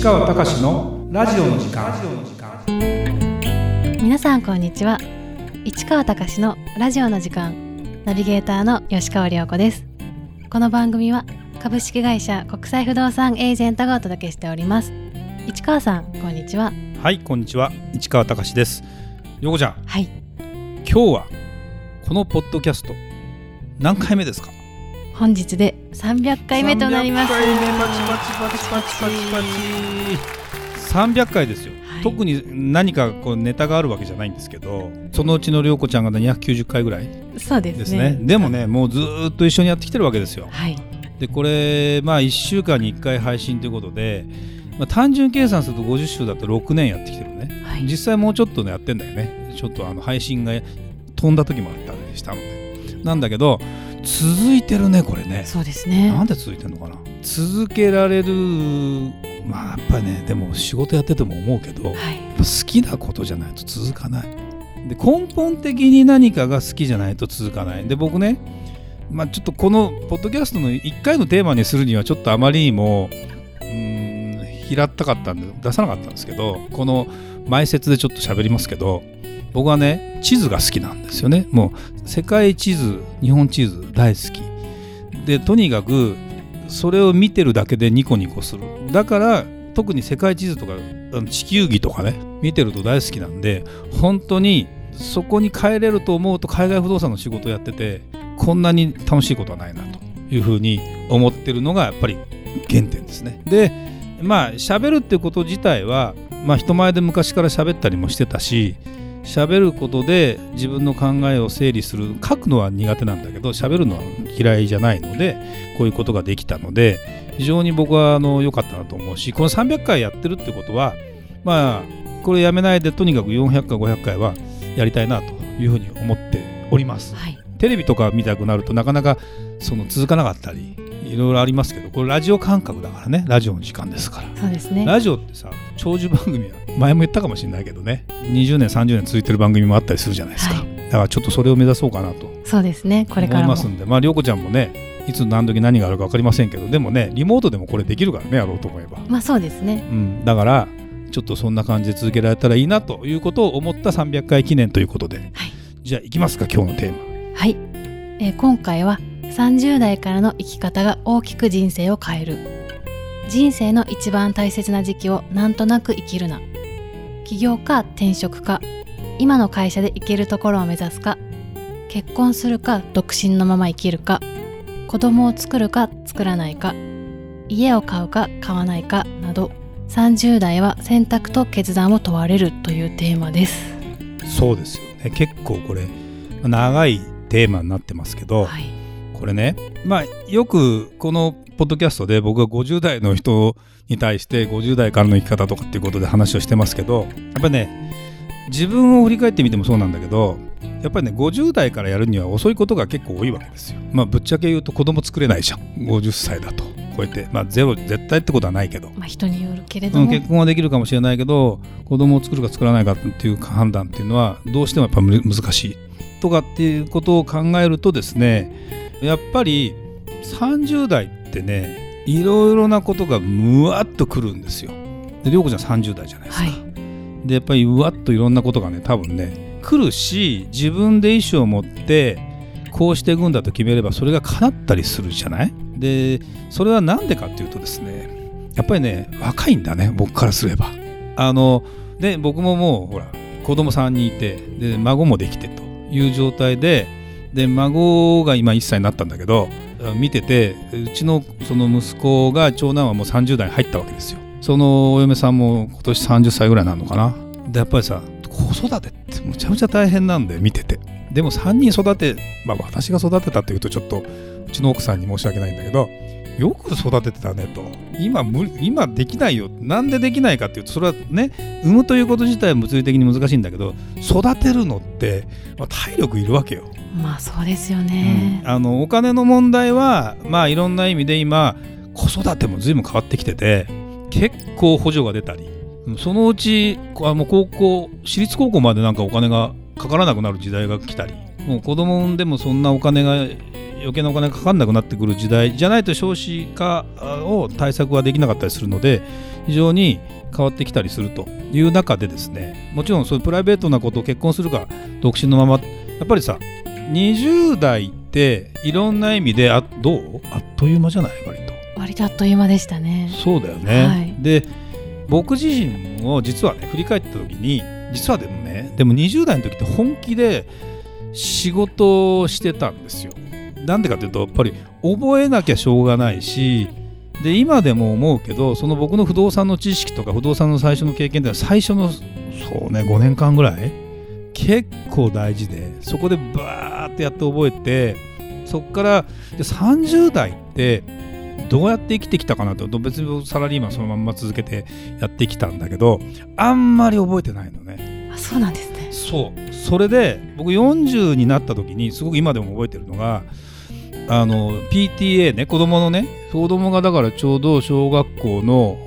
川隆のラジオの時間。 皆さんこんにちは。市川隆のラジオの時間、ナビゲーターの吉川亮子です。この番組は株式会社国際不動産エージェントがお届けしております。市川さんこんにちは。 はい、こんにちは。市川隆です。陽子ちゃん、 はい、 今日はこのポッドキャスト何回目ですか？ 本日で300回目となります。 300回目、パチパチ300回ですよ、はい、特に何かこうネタがあるわけじゃないんですけど、そのうちの涼子ちゃんが290回ぐらいそうですね。 でもね、もうずっと一緒にやってきてるわけですよ、 はい、 でこれ1週間に1回配信ということで、単純計算すると50週だと6年やってきてるね、はい、実際もうちょっとねやってんだよね。ちょっと配信が飛んだ時もあったりしたのでなんだけど、続いてるねこれね。 そうですね。 なんで続いてるのかな。続けられる、やっぱりね、でも仕事やってても思うけど、はい、やっぱ好きなことじゃないと続かない。で根本的に何かが好きじゃないと続かない。で僕ね、ちょっとこのポッドキャストの1回のテーマにするにはちょっとあまりにも平ったかったんで出さなかったんですけど、この前説でちょっと喋りますけど、僕はね地図が好きなんですよね。もう世界地図、日本地図大好きで、とにかくそれを見てるだけでニコニコする。だから特に世界地図とか地球儀とかね見てると大好きなんで、本当にそこに帰れると思うと海外不動産の仕事をやっててこんなに楽しいことはないなというふうに思ってるのがやっぱり原点ですね。で喋るっていうこと自体は、人前で昔から喋ったりもしてたし、喋ることで自分の考えを整理する。書くのは苦手なんだけど喋るのは嫌いじゃないので、こういうことができたので非常に僕は良かったなと思うし、この300回やってるってことはこれやめないでとにかく400回500回はやりたいなというふうに思っております、はい、テレビとか見たくなるとなかなか続かなかったりいろいろありますけど、これラジオ感覚だからね。ラジオの時間ですから。 そうですね。 ラジオってさ、長寿番組は前も言ったかもしれないけどね、20年30年続いてる番組もあったりするじゃないですか、はい、だからちょっとそれを目指そうかなと。そうですね、これからも思いますんで、涼子ちゃんもねいつ何時何があるか分かりませんけど、でもねリモートでもこれできるからね、やろうと思えば。そうですね、だからちょっとそんな感じで続けられたらいいなということを思った300回記念ということで、はい、じゃあいきますか、今日のテーマ。はい、 今回は30代からの生き方が大きく人生を変える。人生の一番大切な時期をなんとなく生きるな。起業か転職か、今の会社で行けるところを目指すか、結婚するか独身のまま生きるか、子供を作るか作らないか、家を買うか買わないかなど、30代は選択と決断を問われるというテーマです。 そうですよね。結構これ長いテーマになってますけど、はい、これね、よくこのポッドキャストで僕は50代の人に対して50代からの生き方とかっていうことで話をしてますけど、やっぱりね自分を振り返ってみてもそうなんだけど、やっぱりね50代からやるには遅いことが結構多いわけですよ。ぶっちゃけ言うと子供作れないじゃん、50歳だと。こうやってゼロ絶対ってことはないけど、 人によるけれども、 結婚はできるかもしれないけど子供を作るか作らないかっていう判断っていうのはどうしてもやっぱ難しいとかっていうことを考えるとですね、やっぱり30代ってねいろいろなことがむわっとくるんですよ。で涼子ちゃん30代じゃないですか、はい、でやっぱりうわっといろんなことがね多分ね来るし、自分で意思を持ってこうしていくんだと決めればそれが叶ったりするじゃない。でそれはなんでかっていうとですね、やっぱりね若いんだね、僕からすれば。で僕ももうほら子供3人いて、で孫もできてという状態で、孫が今1歳になったんだけど、見ててうちのその息子が長男はもう30代に入ったわけですよ。そのお嫁さんも今年30歳ぐらいになるのかな。でやっぱりさ、子育てってむちゃむちゃ大変なんで見てて、でも3人育て、私が育てたっていうとちょっとうちの奥さんに申し訳ないんだけど、よく育ててたねと。今できないよ。なんでできないかっていうと、それはね産むということ自体は物理的に難しいんだけど、育てるのって体力いるわけよ。 そうですよね、 お金の問題はいろんな意味で今子育ても随分変わってきてて、結構補助が出たり、そのうち高校私立高校までなんかお金がかからなくなる時代が来たりもう子供産んでもそんな余計なお金がかかんなくなってくる時代じゃないと少子化を対策はできなかったりするので、非常に変わってきたりするという中でですね、もちろんそういうプライベートなことを結婚するか独身のまま、やっぱりさ20代っていろんな意味であっという間じゃない？ 割とあっという間でしたね。 そうだよね、 はい、 で僕自身も実はね振り返った時に、実はでも20代の時って本気で仕事をしてたんですよ。なんでかというとやっぱり覚えなきゃしょうがないし、で今でも思うけど、その僕の不動産の知識とか不動産の最初の経験って最初のそうね5年間ぐらい結構大事で、そこでバーってやって覚えて、そこから30代ってどうやって生きてきたかなと、別にサラリーマンそのまんま続けてやってきたんだけど、あんまり覚えてないのね。 あ、そうなんですね。 それで僕40になった時にすごく今でも覚えてるのが、PTA ね、子供がだからちょうど小学校の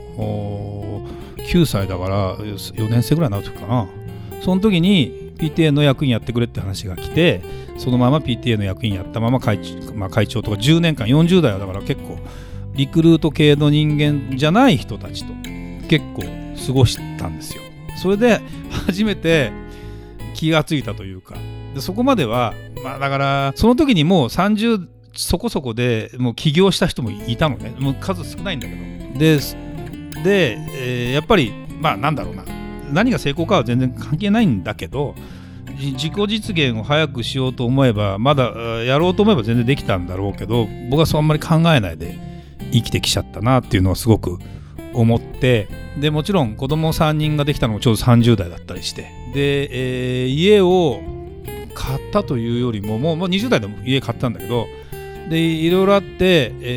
9歳だから4年生ぐらいになる時かな。その時に PTA の役員やってくれって話が来て、そのまま PTA の役員やったまま会長とか10年間、40代はだから結構リクルート系の人間じゃない人たちと結構過ごしたんですよ。それで初めて気がついたというか、でそこまではだからその時にもう30そこそこでもう起業した人もいたのね。もう数少ないんだけど、で、やっぱりなんだろうな、何が成功かは全然関係ないんだけど、自己実現を早くしようと思えば、まだやろうと思えば全然できたんだろうけど、僕はそうあんまり考えないで生きてきちゃったなっていうのはすごく思って、でもちろん子供3人ができたのもちょうど30代だったりして、で、家を買ったというよりももう20代でも家買ったんだけど、でいろいろあって、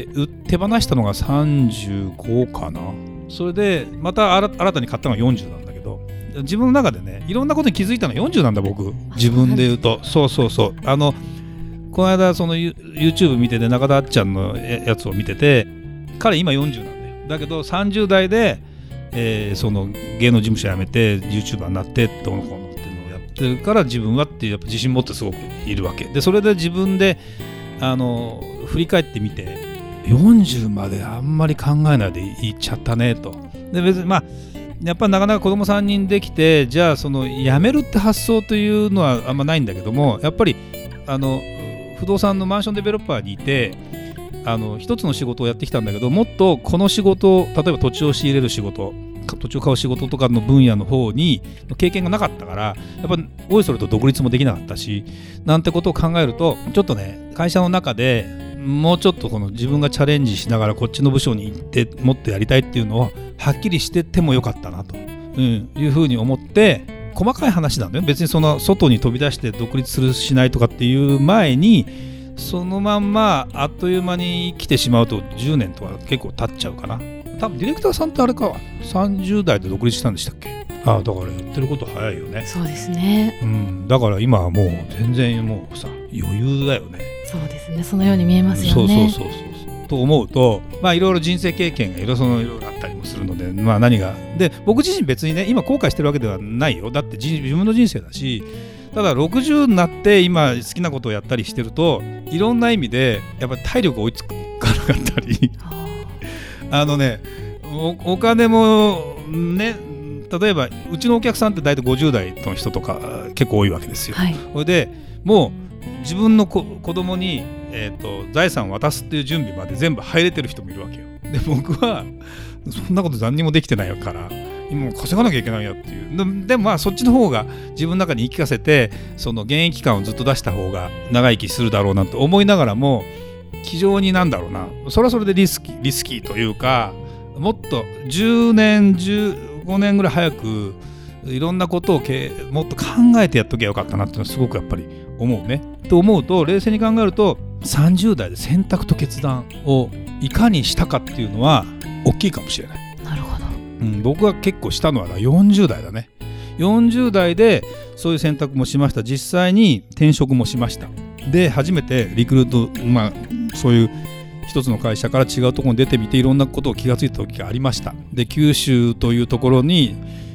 手放したのが35かな。それでまた新たに買ったのが40なんだけど、自分の中でねいろんなことに気づいたのは40なんだ僕、自分で言うと。そうこの間その YouTube 見てて、中田あっちゃんのやつを見てて、彼今40なんだよ。だけど30代で、その芸能事務所辞めて YouTuber になってどうのこうのっていうのをやってるから、自分はってやっぱ自信持ってすごくいるわけで、それで自分で振り返ってみて、40まであんまり考えないでいっちゃったねと。で別にやっぱなかなか子供3人できて、じゃあその辞めるって発想というのはあんまないんだけども、やっぱり不動産のマンションデベロッパーにいて一つの仕事をやってきたんだけど、もっとこの仕事、例えば土地を仕入れる仕事、土地を買う仕事とかの分野の方に経験がなかったから、やっぱおいそれと独立もできなかったし、なんてことを考えると、ちょっとね会社の中でもうちょっとこの自分がチャレンジしながらこっちの部署に行ってもっとやりたいっていうのをはっきりしてってもよかったなと、いうふうに思って、細かい話なんだよ。別にその外に飛び出して独立するしないとかっていう前に、そのまんまあっという間に来てしまうと10年とか結構経っちゃうかな。多分ディレクターさんってあれか、30代で独立したんでしたっけ？だからやってること早いよね。 そうですね、 だから今はもう全然もうさ余裕だよね。 そうですね、そのように見えますよね。 そうと思うと、いろいろ人生経験がいろいろあったりもするので、何がで僕自身別にね今後悔してるわけではないよ。だって自分の人生だし、ただ60になって今好きなことをやったりしてると、いろんな意味でやっぱり体力追いつかなかったりお金もね、例えばうちのお客さんって大体50代の人とか結構多いわけですよ。それでもう自分の子供に、財産を渡すっていう準備まで全部入れてる人もいるわけよ。で僕はそんなこと何にもできてないから今稼がなきゃいけないやっていう。でもそっちの方が自分の中に言い聞かせて、その現役感をずっと出した方が長生きするだろうなと思いながらも、非常にそれはそれでリスキーというか、もっと10年15年ぐらい早くいろんなことをもっと考えてやっときゃよかったなっていうのはすごくやっぱり思うね。と思うと、冷静に考えると30代で選択と決断をいかにしたかっていうのは大きいかもしれない。 なるほど、 僕が結構したのは40代だね。40代でそういう選択もしました。実際に転職もしました。で初めてリクルート、そういう一つの会社から違うところに出てみて、いろんなことを気がついた時がありました。で九州というところに、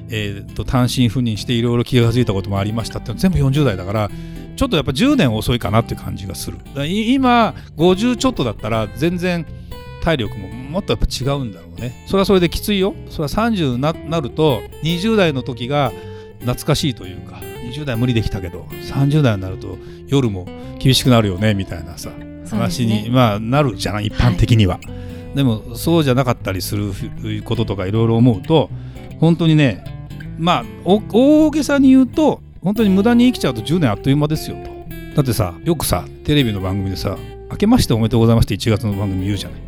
単身赴任していろいろ気が付いたこともありましたって全部40代だから、ちょっとやっぱ10年遅いかなっていう感じがする。今50ちょっとだったら全然体力ももっとやっぱ違うんだろうね。それはそれできついよ。それは30になると20代の時が懐かしいというか、20代無理できたけど30代になると夜も厳しくなるよねみたいなさ、話に、なるじゃない、一般的には、でもそうじゃなかったりすることとかいろいろ思うと、本当にね、大げさに言うと本当に無駄に生きちゃうと10年あっという間ですよと。だってさ、よくさテレビの番組でさ、明けましておめでとうございますって1月の番組言うじゃない、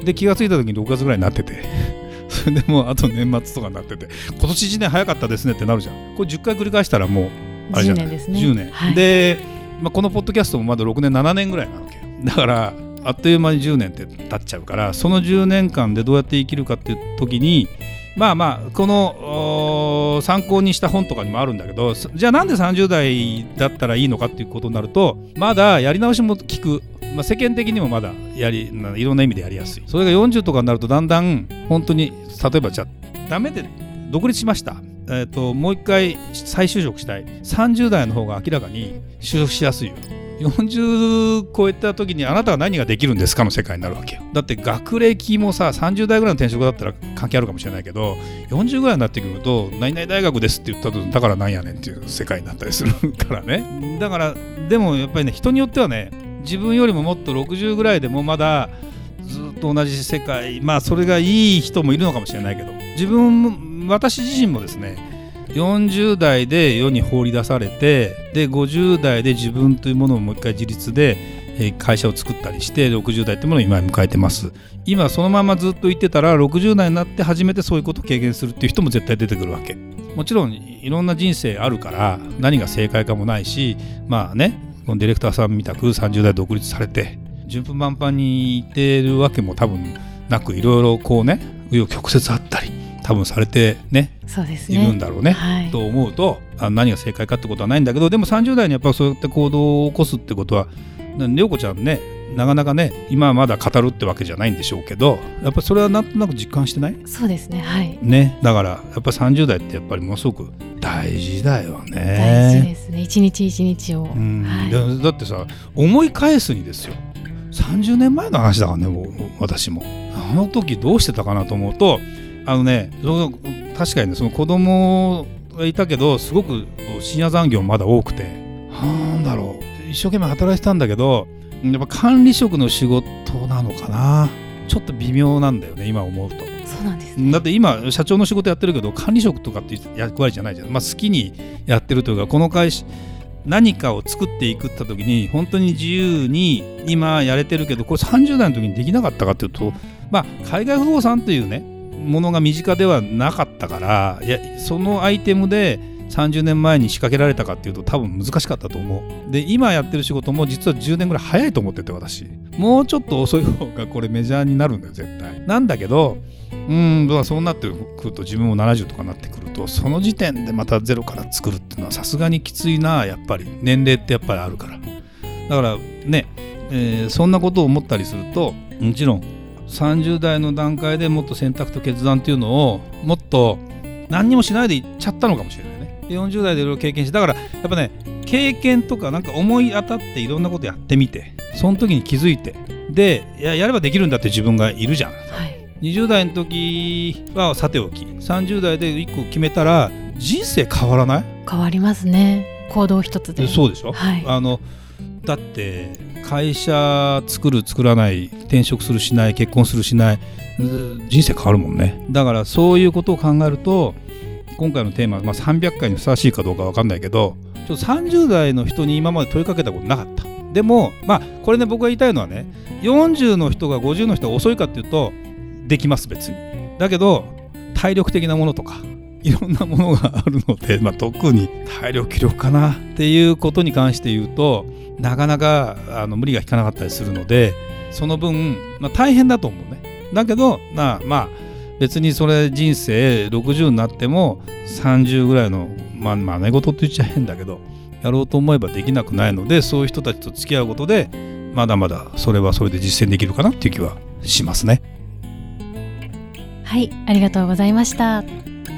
で気がついた時に6月ぐらいになっててそれでもうあと年末とかになってて、今年1年早かったですねってなるじゃん。これ10回繰り返したらもうあれじゃない、10年ですね。10年、で、このポッドキャストもまだ6年7年ぐらいなわけよ。だからあっという間に10年って経っちゃうから、その10年間でどうやって生きるかっていう時にこの参考にした本とかにもあるんだけど、じゃあなんで30代だったらいいのかっていうことになると、まだやり直しも効く、世間的にもまだいろんな意味でやりやすい。それが40とかになるとだんだん本当に、例えばじゃあダメで独立しました、もう一回再就職したい、30代の方が明らかに就職しやすいよ。40超えた時にあなたは何ができるんですかの世界になるわけよ。だって学歴もさ、30代ぐらいの転職だったら関係あるかもしれないけど、40ぐらいになってくると何々大学ですって言ったと、だからなんやねんっていう世界になったりするからね。だからでもやっぱりね、人によってはね、自分よりももっと60ぐらいでもまだずっと同じ世界、それがいい人もいるのかもしれないけど、私自身もですね、40代で世に放り出されて、で50代で自分というものをもう一回自立で会社を作ったりして、60代というものを今迎えてます。今そのままずっと言ってたら60代になって初めてそういうことを経験するっていう人も絶対出てくるわけ。もちろんいろんな人生あるから何が正解かもないし、このディレクターさんみたく30代独立されて順風満帆にいってるわけも多分なく、いろいろ紆余曲折あったり多分されてね、 そうですね、 いるんだろうね、と思うと、何が正解かってことはないんだけど、でも30代にやっぱりそうやって行動を起こすってことは、涼子ちゃんね、なかなかね、今はまだ語るってわけじゃないんでしょうけど、やっぱりそれはなんとなく実感してない？ そうですね、はいね、だからやっぱり30代ってやっぱりものすごく大事だよね。 大事ですね、一日一日を、 だってさ、思い返すにですよ、30年前の話だからね、もう私もあの時どうしてたかなと思うと、確かにね、その子供がいたけどすごく深夜残業まだ多くて、なんだろう、一生懸命働いてたんだけど、やっぱ管理職の仕事なのかな、ちょっと微妙なんだよね、今思うと。 そうなんですね。 だって今社長の仕事やってるけど管理職とかっていう役割じゃないじゃん。好きにやってるというか、この会社何かを作っていくって時に本当に自由に今やれてるけど、これ30代の時にできなかったかっていうと、海外不動産というねものが身近ではなかったから、そのアイテムで30年前に仕掛けられたかっていうと多分難しかったと思う。で今やってる仕事も実は10年ぐらい早いと思ってて、私もうちょっと遅い方がこれメジャーになるんだよ絶対。なんだけどそうなってくると、自分も70とかになってくると、その時点でまたゼロから作るっていうのはさすがにきついな。やっぱり年齢ってやっぱりあるから。だからね、そんなことを思ったりすると、もちろん30代の段階でもっと選択と決断っていうのをもっと何にもしないでいっちゃったのかもしれないね。40代でいろいろ経験して、だからやっぱね、経験とかなんか思い当たっていろんなことやってみて、その時に気づいて、で やればできるんだって自分がいるじゃん、20代の時はさておき、30代で1個決めたら人生変わらない？変わりますね、行動一つで。 そうでしょ、だって会社作る作らない、転職するしない、結婚するしない、人生変わるもんね。だからそういうことを考えると、今回のテーマ、300回にふさわしいかどうか分かんないけど、ちょっと30代の人に今まで問いかけたことなかった。でもこれね、僕が言いたいのはね、40の人が50の人が遅いかっていうとできます、別に。だけど体力的なものとかいろんなものがあるので、特に体力気力かなっていうことに関して言うと、なかなか無理が効かなかったりするので、その分、大変だと思うね。だけど別にそれ人生60になっても30ぐらいの寝言って言っちゃ変だけど、やろうと思えばできなくないので、そういう人たちと付き合うことでまだまだそれはそれで実践できるかなっていう気はしますね。 はい、ありがとうございました。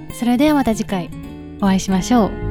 それではまた次回お会いしましょう。